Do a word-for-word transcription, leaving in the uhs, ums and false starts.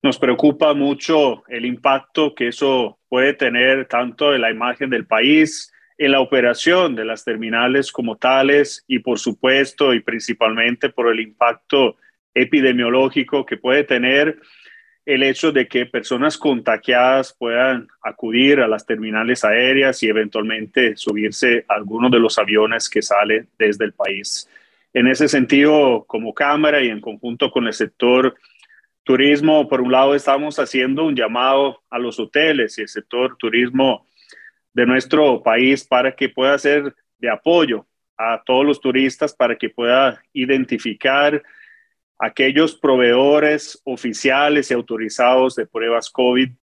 Nos preocupa mucho el impacto que eso puede tener tanto en la imagen del país, en la operación de las terminales como tales y por supuesto y principalmente por el impacto epidemiológico que puede tener el hecho de que personas contagiadas puedan acudir a las terminales aéreas y eventualmente subirse a algunos de los aviones que salen desde el país. En ese sentido, como Cámara y en conjunto con el sector turismo, por un lado, estamos haciendo un llamado a los hoteles y el sector turismo de nuestro país para que pueda ser de apoyo a todos los turistas, para que pueda identificar aquellos proveedores oficiales y autorizados de pruebas COVID